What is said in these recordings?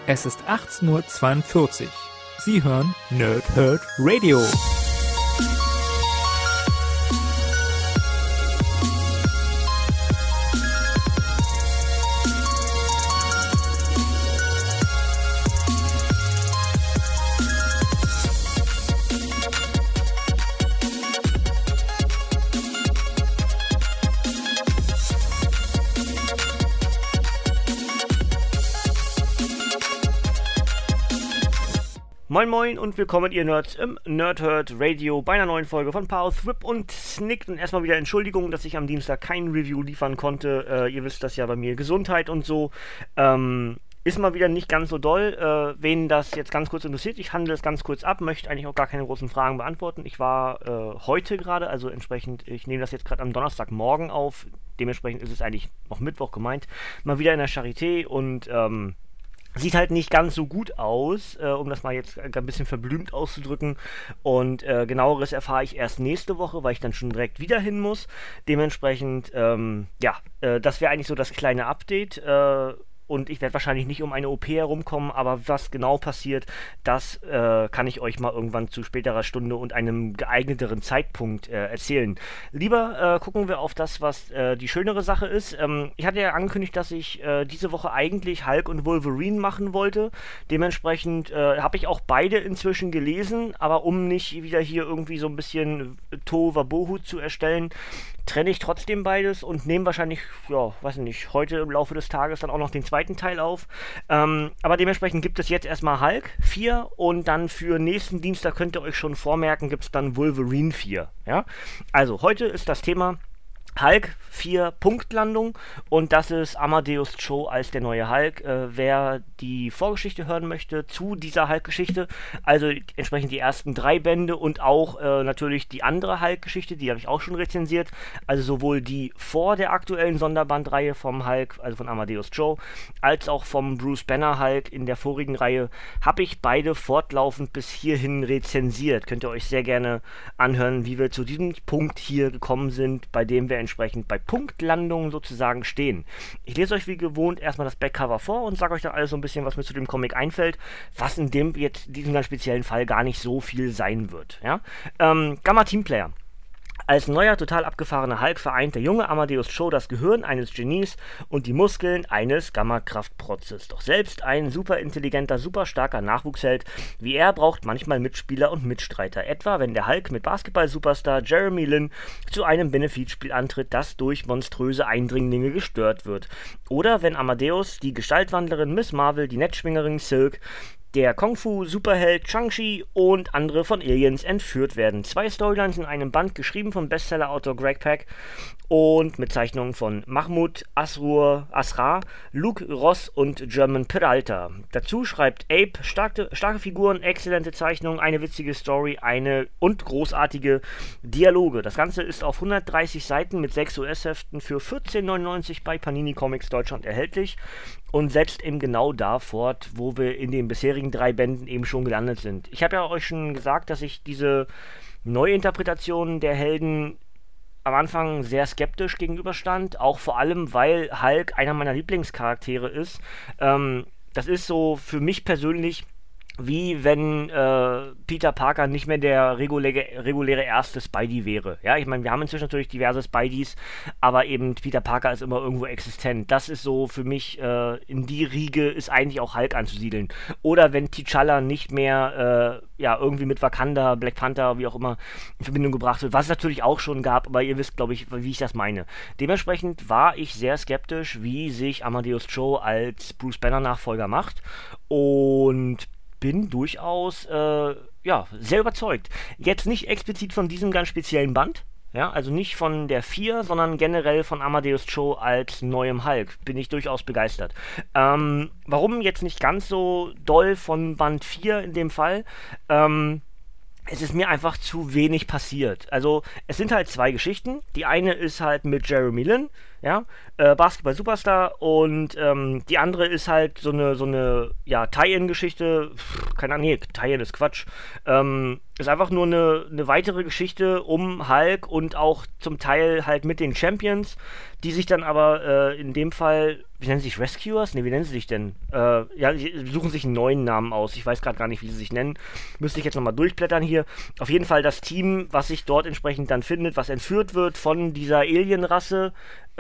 Es ist 18:42 Uhr. Sie hören Nerd Herd Radio. Moin Moin und willkommen ihr Nerds im Nerdherd Radio bei einer neuen Folge von Power Thrip und Snicked. Und erstmal wieder Entschuldigung, dass ich am Dienstag kein Review liefern konnte. Ihr wisst das ja bei mir, Gesundheit und so. Ist mal wieder nicht ganz so doll. Wen das jetzt ganz kurz interessiert, ich handle es ganz kurz ab, möchte eigentlich auch gar keine großen Fragen beantworten. Ich war heute gerade, also entsprechend, ich nehme das jetzt gerade am Donnerstagmorgen auf. Dementsprechend ist es eigentlich noch Mittwoch gemeint. Mal wieder in der Charité und sieht halt nicht ganz so gut aus, um das mal jetzt ein bisschen verblümt auszudrücken. Und genaueres erfahre ich erst nächste Woche, weil ich dann schon direkt wieder hin muss. Dementsprechend, das wäre eigentlich so das kleine Update. Und ich werde wahrscheinlich nicht um eine OP herumkommen, aber was genau passiert, das kann ich euch mal irgendwann zu späterer Stunde und einem geeigneteren Zeitpunkt erzählen. Lieber gucken wir auf das, was die schönere Sache ist. Ich hatte ja angekündigt, dass ich diese Woche eigentlich Hulk und Wolverine machen wollte. Dementsprechend habe ich auch beide inzwischen gelesen, aber um nicht wieder hier irgendwie so ein bisschen Tohuwabohu zu erstellen, trenne ich trotzdem beides und nehme wahrscheinlich, ja, weiß nicht, heute im Laufe des Tages dann auch noch den zweiten Teil auf. Aber dementsprechend gibt es jetzt erstmal Hulk 4 und dann für nächsten Dienstag könnt ihr euch schon vormerken, gibt es dann Wolverine 4. Ja? Also heute ist das Thema Hulk 4 Punktlandung und das ist Amadeus Cho als der neue Hulk. Wer die Vorgeschichte hören möchte zu dieser Hulk-Geschichte, also entsprechend die ersten 3 Bände und auch natürlich die andere Hulk-Geschichte, die habe ich auch schon rezensiert, also sowohl die vor der aktuellen Sonderbandreihe vom Hulk, also von Amadeus Cho, als auch vom Bruce Banner Hulk in der vorigen Reihe, habe ich beide fortlaufend bis hierhin rezensiert. Könnt ihr euch sehr gerne anhören, wie wir zu diesem Punkt hier gekommen sind, bei dem wir entsprechend bei Punktlandungen sozusagen stehen. Ich lese euch wie gewohnt erstmal das Backcover vor und sage euch dann alles so ein bisschen, was mir zu dem Comic einfällt, was in diesem ganz speziellen Fall gar nicht so viel sein wird. Ja? Gamma Teamplayer. Als neuer, total abgefahrener Hulk vereint der junge Amadeus Cho das Gehirn eines Genies und die Muskeln eines Gamma-Kraftprotzes. Doch selbst ein superintelligenter, superstarker Nachwuchsheld wie er braucht manchmal Mitspieler und Mitstreiter. Etwa, wenn der Hulk mit Basketball-Superstar Jeremy Lin zu einem Benefizspiel antritt, das durch monströse Eindringlinge gestört wird. Oder wenn Amadeus die Gestaltwandlerin Miss Marvel, die Netzschwingerin Silk, der Kung-Fu-Superheld Shang-Chi und andere von Aliens entführt werden. 2 Storylines in einem Band, geschrieben vom Bestseller-Autor Greg Pak und mit Zeichnungen von Mahmoud Asrar, Luke Ross und German Peralta. Dazu schreibt Abe starke Figuren, exzellente Zeichnungen, eine witzige Story, und großartige Dialoge. Das Ganze ist auf 130 Seiten mit 6 US-Heften für 14,99 bei Panini Comics Deutschland erhältlich und setzt eben genau da fort, wo wir in den bisherigen 3 Bänden eben schon gelandet sind. Ich habe ja euch schon gesagt, dass ich diese Neuinterpretationen der Helden am Anfang sehr skeptisch gegenüberstand, auch vor allem, weil Hulk einer meiner Lieblingscharaktere ist. Das ist so für mich persönlich wie wenn Peter Parker nicht mehr der reguläre erste Spidey wäre. Ja, ich meine, wir haben inzwischen natürlich diverse Spideys, aber eben Peter Parker ist immer irgendwo existent. Das ist so für mich, in die Riege ist eigentlich auch Hulk anzusiedeln. Oder wenn T'Challa nicht mehr irgendwie mit Wakanda, Black Panther, wie auch immer, in Verbindung gebracht wird, was es natürlich auch schon gab, aber ihr wisst, glaube ich, wie ich das meine. Dementsprechend war ich sehr skeptisch, wie sich Amadeus Cho als Bruce Banner Nachfolger macht und bin durchaus sehr überzeugt. Jetzt nicht explizit von diesem ganz speziellen Band, ja, also nicht von der 4, sondern generell von Amadeus Cho als neuem Hulk. Bin ich durchaus begeistert. Warum jetzt nicht ganz so doll von Band 4 in dem Fall? Es ist mir einfach zu wenig passiert. Also, es sind halt 2 Geschichten. Die eine ist halt mit Jeremy Lin, ja, Basketball-Superstar und die andere ist halt so eine ja, Tie-In-Geschichte, keine Ahnung, nee, Tie-In ist Quatsch, ist einfach nur eine weitere Geschichte um Hulk und auch zum Teil halt mit den Champions, die sich dann aber in dem Fall, wie nennen sie sich, Rescuers? Ne, wie nennen sie sich denn? Ja, sie suchen sich einen neuen Namen aus. Ich weiß gerade gar nicht, wie sie sich nennen. Müsste ich jetzt nochmal durchblättern hier. Auf jeden Fall das Team, was sich dort entsprechend dann findet, was entführt wird von dieser Alienrasse,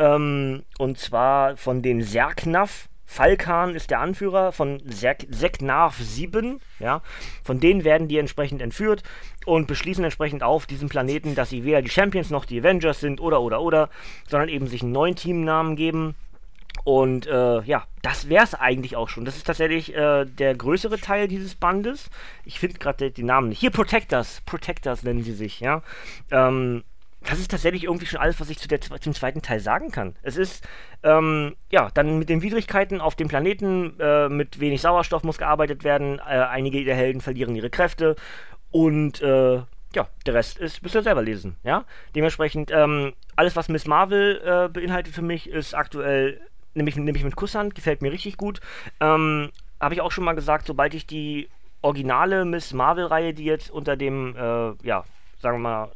und zwar von den Serknaf. Falkan ist der Anführer von Seknarf 7, ja. Von denen werden die entsprechend entführt und beschließen entsprechend auf diesem Planeten, dass sie weder die Champions noch die Avengers sind oder, sondern eben sich einen neuen Teamnamen geben. Und ja, das wäre es eigentlich auch schon. Das ist tatsächlich der größere Teil dieses Bandes. Ich finde gerade die Namen nicht. Hier, Protectors nennen sie sich, ja. Das ist tatsächlich irgendwie schon alles, was ich zum zweiten Teil sagen kann. Es ist, ja, dann mit den Widrigkeiten auf dem Planeten, mit wenig Sauerstoff muss gearbeitet werden, einige der Helden verlieren ihre Kräfte und, ja, der Rest müsst ihr selber lesen, ja. Dementsprechend, alles, was Miss Marvel beinhaltet für mich, ist aktuell, nämlich mit Kusshand, gefällt mir richtig gut. Habe ich auch schon mal gesagt, sobald ich die originale Miss Marvel-Reihe, die jetzt unter dem, ja, sagen wir mal,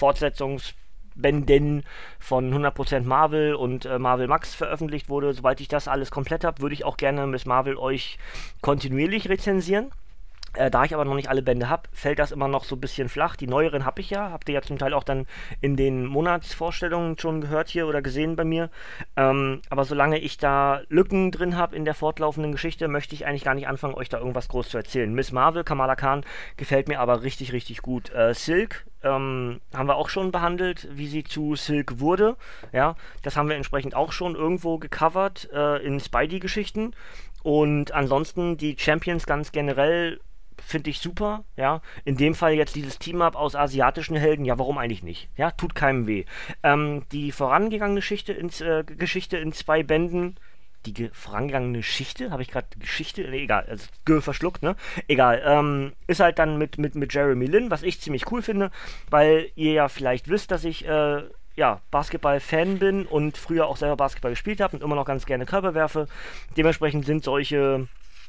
Fortsetzungsbänden von 100% Marvel und Marvel Max veröffentlicht wurde. Sobald ich das alles komplett habe, würde ich auch gerne Miss Marvel euch kontinuierlich rezensieren. Da ich aber noch nicht alle Bände habe, fällt das immer noch so ein bisschen flach. Die neueren habe ich ja, habt ihr ja zum Teil auch dann in den Monatsvorstellungen schon gehört hier oder gesehen bei mir. Aber solange ich da Lücken drin habe in der fortlaufenden Geschichte, möchte ich eigentlich gar nicht anfangen, euch da irgendwas groß zu erzählen. Miss Marvel, Kamala Khan, gefällt mir aber richtig, richtig gut. Silk haben wir auch schon behandelt, wie sie zu Silk wurde. Ja, das haben wir entsprechend auch schon irgendwo gecovert in Spidey-Geschichten. Und ansonsten die Champions ganz generell finde ich super, ja. In dem Fall jetzt dieses Team-Up aus asiatischen Helden, ja, warum eigentlich nicht? Ja, tut keinem weh. Die vorangegangene Geschichte in 2 Bänden, vorangegangene Geschichte? Habe ich gerade Geschichte? Nee, egal, also verschluckt, ne? Egal, ist halt dann mit Jeremy Lin, was ich ziemlich cool finde, weil ihr ja vielleicht wisst, dass ich, ja, Basketball-Fan bin und früher auch selber Basketball gespielt habe und immer noch ganz gerne Körbe werfe. Dementsprechend sind solche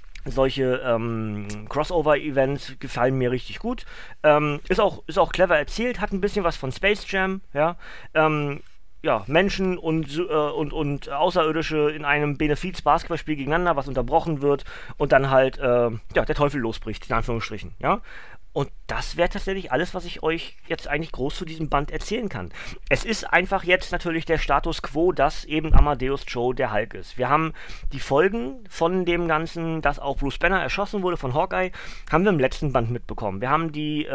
Crossover-Events gefallen mir richtig gut. Ist auch clever erzählt, hat ein bisschen was von Space Jam, ja. Ja, Menschen und Außerirdische in einem Benefiz-Basketballspiel gegeneinander, was unterbrochen wird und dann halt, ja, der Teufel losbricht, in Anführungsstrichen, ja. Und das wäre tatsächlich alles, was ich euch jetzt eigentlich groß zu diesem Band erzählen kann. Es ist einfach jetzt natürlich der Status quo, dass eben Amadeus Cho der Hulk ist. Wir haben die Folgen von dem Ganzen, dass auch Bruce Banner erschossen wurde von Hawkeye, haben wir im letzten Band mitbekommen. Wir haben die,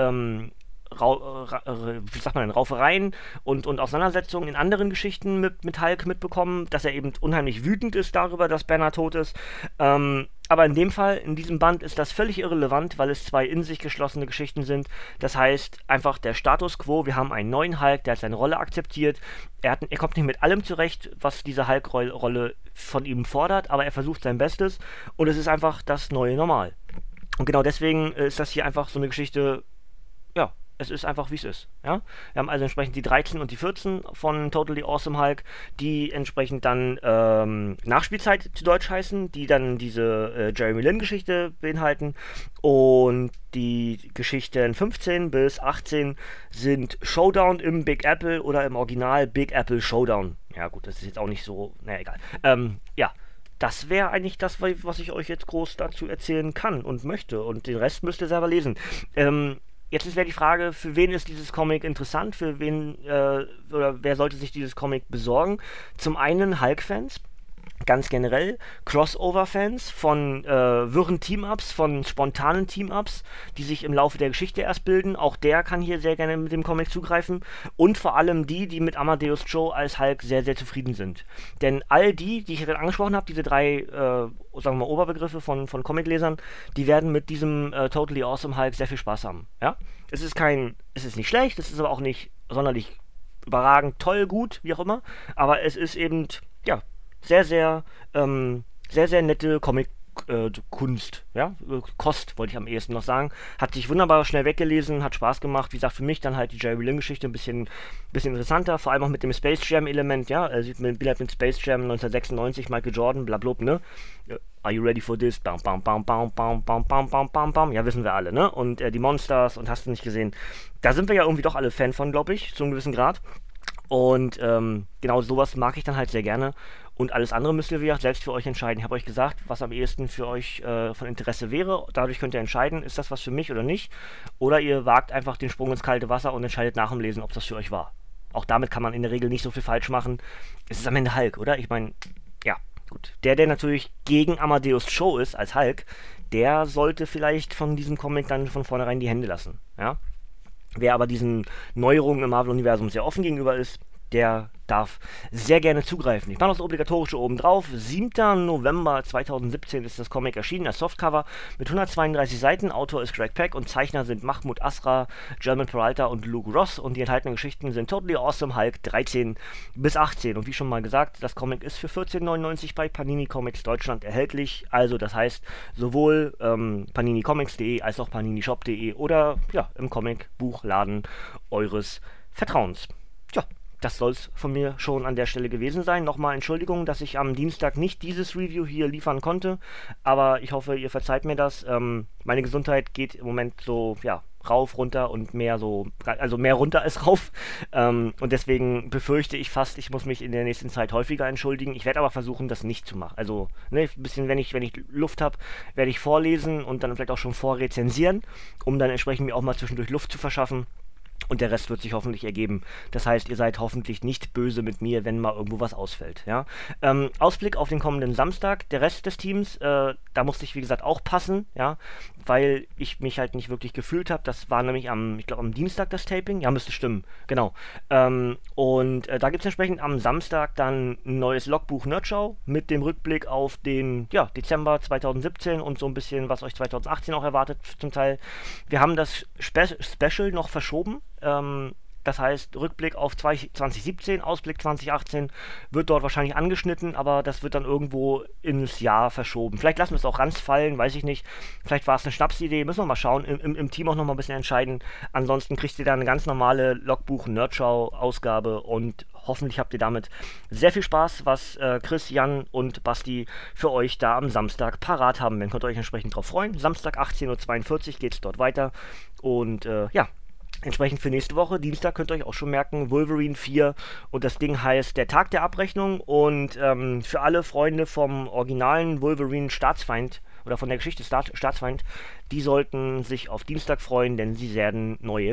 wie sagt man denn, Raufereien und Auseinandersetzungen in anderen Geschichten mit Hulk mitbekommen, dass er eben unheimlich wütend ist darüber, dass Banner tot ist. Aber in dem Fall, in diesem Band, ist das völlig irrelevant, weil es 2 in sich geschlossene Geschichten sind. Das heißt, einfach der Status quo, wir haben einen neuen Hulk, der hat seine Rolle akzeptiert. Er kommt nicht mit allem zurecht, was diese Hulk-Rolle von ihm fordert, aber er versucht sein Bestes und es ist einfach das neue Normal. Und genau deswegen ist das hier einfach so eine Geschichte, ja, es ist einfach, wie es ist. Ja? Wir haben also entsprechend die 13 und die 14 von Totally Awesome Hulk, die entsprechend dann Nachspielzeit zu Deutsch heißen, die dann diese Jeremy Lin-Geschichte beinhalten. Und die Geschichten 15 bis 18 sind Showdown im Big Apple oder im Original Big Apple Showdown. Ja gut, das ist jetzt auch nicht so, naja, egal. Ja. Das wäre eigentlich das, was ich euch jetzt groß dazu erzählen kann und möchte. Und den Rest müsst ihr selber lesen. Jetzt wäre die Frage, für wen ist dieses Comic interessant? Für wen, oder wer sollte sich dieses Comic besorgen? Zum einen Hulk-Fans, ganz generell, Crossover-Fans von wirren Team-Ups, von spontanen Team-Ups, die sich im Laufe der Geschichte erst bilden. Auch der kann hier sehr gerne mit dem Comic zugreifen. Und vor allem die mit Amadeus Cho als Hulk sehr, sehr zufrieden sind. Denn all die ich gerade angesprochen habe, diese 3, sagen wir mal, Oberbegriffe von Comiclesern, die werden mit diesem Totally Awesome Hulk sehr viel Spaß haben. Ja? Es ist nicht schlecht, es ist aber auch nicht sonderlich überragend, toll, gut, wie auch immer. Aber es ist eben, ja, sehr, sehr nette Kunst, ja, Kost, wollte ich am ehesten noch sagen. Hat sich wunderbar schnell weggelesen, hat Spaß gemacht. Wie gesagt, für mich dann halt die Jerry Lin-Geschichte ein bisschen interessanter, vor allem auch mit dem Space Jam-Element, ja. Sieht man Bild mit Space Jam 1996, Michael Jordan, blablabla, ne? Are you ready for this? Bam, bam, bam, bam, bam, bam, bam, bam, bam, bam. Ja, wissen wir alle, ne? Und die Monsters und hast du nicht gesehen. Da sind wir ja irgendwie doch alle Fan von, glaube ich, zu einem gewissen Grad. Und genau sowas mag ich dann halt sehr gerne. Und alles andere müsst ihr, wie gesagt, selbst für euch entscheiden. Ich habe euch gesagt, was am ehesten für euch von Interesse wäre. Dadurch könnt ihr entscheiden, ist das was für mich oder nicht. Oder ihr wagt einfach den Sprung ins kalte Wasser und entscheidet nach dem Lesen, ob das für euch war. Auch damit kann man in der Regel nicht so viel falsch machen. Es ist am Ende Hulk, oder? Ich meine, ja, gut. Der natürlich gegen Amadeus Cho ist als Hulk, der sollte vielleicht von diesem Comic dann von vornherein die Hände lassen. Ja? Wer aber diesen Neuerungen im Marvel-Universum sehr offen gegenüber ist, der darf sehr gerne zugreifen. Ich mache noch das Obligatorische oben drauf. 7. November 2017 ist das Comic erschienen als Softcover mit 132 Seiten. Autor ist Greg Pak und Zeichner sind Mahmoud Asra, German Peralta und Luke Ross. Und die enthaltenen Geschichten sind Totally Awesome Hulk 13 bis 18. Und wie schon mal gesagt, das Comic ist für 14,99 bei Panini Comics Deutschland erhältlich. Also das heißt, sowohl paninicomics.de als auch paninishop.de oder ja, im Comicbuchladen eures Vertrauens. Tja. Das soll es von mir schon an der Stelle gewesen sein. Nochmal Entschuldigung, dass ich am Dienstag nicht dieses Review hier liefern konnte, aber ich hoffe, ihr verzeiht mir das. Meine Gesundheit geht im Moment so, ja, rauf, runter und mehr so, also mehr runter als rauf. Und deswegen befürchte ich fast, ich muss mich in der nächsten Zeit häufiger entschuldigen. Ich werde aber versuchen, das nicht zu machen. Also, ne, ein bisschen, wenn ich Luft habe, werde ich vorlesen und dann vielleicht auch schon vorrezensieren, um dann entsprechend mir auch mal zwischendurch Luft zu verschaffen. Und der Rest wird sich hoffentlich ergeben. Das heißt, ihr seid hoffentlich nicht böse mit mir, wenn mal irgendwo was ausfällt. Ja? Ausblick auf den kommenden Samstag. Der Rest des Teams, da musste ich wie gesagt auch passen, ja, weil ich mich halt nicht wirklich gefühlt habe. Das war nämlich ich glaube am Dienstag das Taping. Ja, müsste stimmen, genau. Und da gibt es entsprechend am Samstag dann ein neues Logbuch Nerdschau mit dem Rückblick auf den Dezember 2017 und so ein bisschen, was euch 2018 auch erwartet zum Teil. Wir haben das Special noch verschoben. Das heißt, Rückblick auf 2017, Ausblick 2018 wird dort wahrscheinlich angeschnitten, aber das wird dann irgendwo ins Jahr verschoben. Vielleicht lassen wir es auch ganz fallen, weiß ich nicht. Vielleicht war es eine Schnapsidee, müssen wir mal schauen. Im Team auch noch mal ein bisschen entscheiden. Ansonsten kriegt ihr da eine ganz normale Logbuch-Nerdschau-Ausgabe und hoffentlich habt ihr damit sehr viel Spaß, was Chris, Jan und Basti für euch da am Samstag parat haben. Dann könnt ihr euch entsprechend drauf freuen. Samstag 18:42 Uhr geht es dort weiter und ja. Entsprechend für nächste Woche, Dienstag, könnt ihr euch auch schon merken, Wolverine 4 und das Ding heißt der Tag der Abrechnung und für alle Freunde vom originalen Wolverine Staatsfeind oder von der Geschichte Staatsfeind, die sollten sich auf Dienstag freuen, denn sie werden neue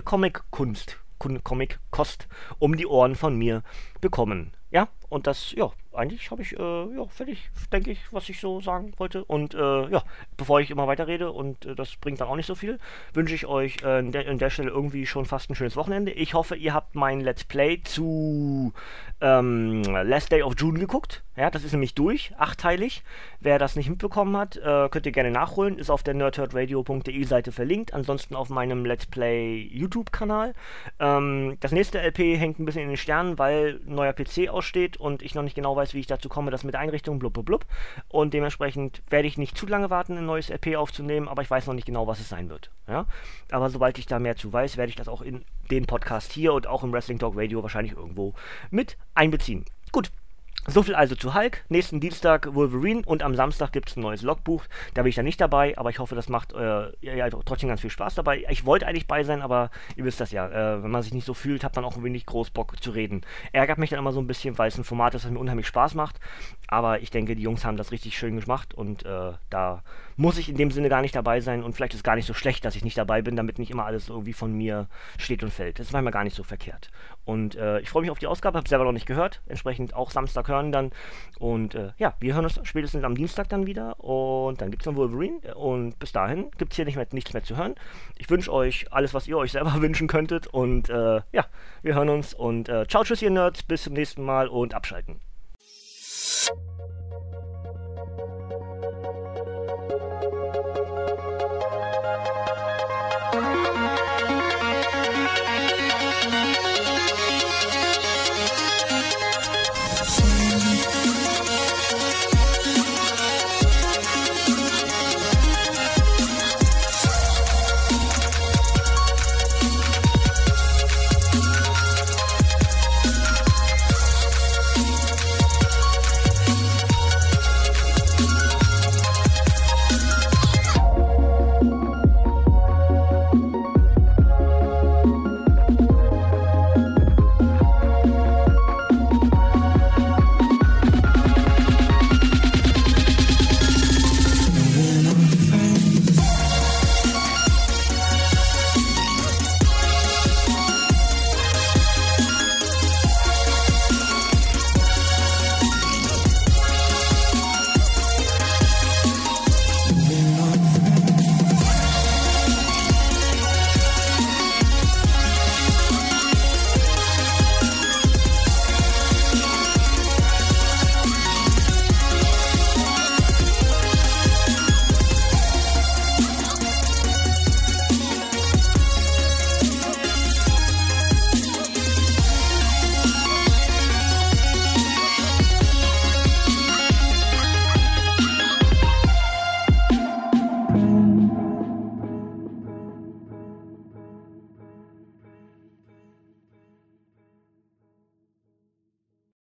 Comic-Kost um die Ohren von mir bekommen. Ja, und das, ja, eigentlich habe ich, fertig, denke ich, was ich so sagen wollte. Und ja, bevor ich immer weiter rede und das bringt dann auch nicht so viel, wünsche ich euch an der Stelle irgendwie schon fast ein schönes Wochenende. Ich hoffe, ihr habt mein Let's Play zu Last Day of June geguckt. Ja, das ist nämlich durch, 8-teilig. Wer das nicht mitbekommen hat, könnt ihr gerne nachholen. Ist auf der nerdherdradio.de Seite verlinkt. Ansonsten auf meinem Let's Play YouTube-Kanal. Das nächste LP hängt ein bisschen in den Sternen, weil ein neuer PC aussteht und ich noch nicht genau weiß, wie ich dazu komme, das mit Einrichtung blub blub blub. Und dementsprechend werde ich nicht zu lange warten, ein neues LP aufzunehmen, aber ich weiß noch nicht genau, was es sein wird. Ja? Aber sobald ich da mehr zu weiß, werde ich das auch in den Podcast hier und auch im Wrestling Talk Radio wahrscheinlich irgendwo mit einbeziehen. Gut. So viel also zu Hulk. Nächsten Dienstag Wolverine und am Samstag gibt es ein neues Logbuch. Da bin ich dann nicht dabei, aber ich hoffe, das macht ja, trotzdem ganz viel Spaß dabei. Ich wollte eigentlich bei sein, aber ihr wisst das ja. Wenn man sich nicht so fühlt, hat man auch irgendwie nicht groß Bock zu reden. Ärgert mich dann immer so ein bisschen, weil es ein Format ist, das mir unheimlich Spaß macht. Aber ich denke, die Jungs haben das richtig schön gemacht und da muss ich in dem Sinne gar nicht dabei sein und vielleicht ist es gar nicht so schlecht, dass ich nicht dabei bin, damit nicht immer alles irgendwie von mir steht und fällt. Das ist manchmal gar nicht so verkehrt. Und ich freue mich auf die Ausgabe, habe selber noch nicht gehört, entsprechend auch Samstag hören dann. Und ja, wir hören uns spätestens am Dienstag dann wieder und dann gibt es dann Wolverine und bis dahin gibt es hier nichts mehr zu hören. Ich wünsche euch alles, was ihr euch selber wünschen könntet und ja, wir hören uns und ciao, tschüss ihr Nerds, bis zum nächsten Mal und abschalten.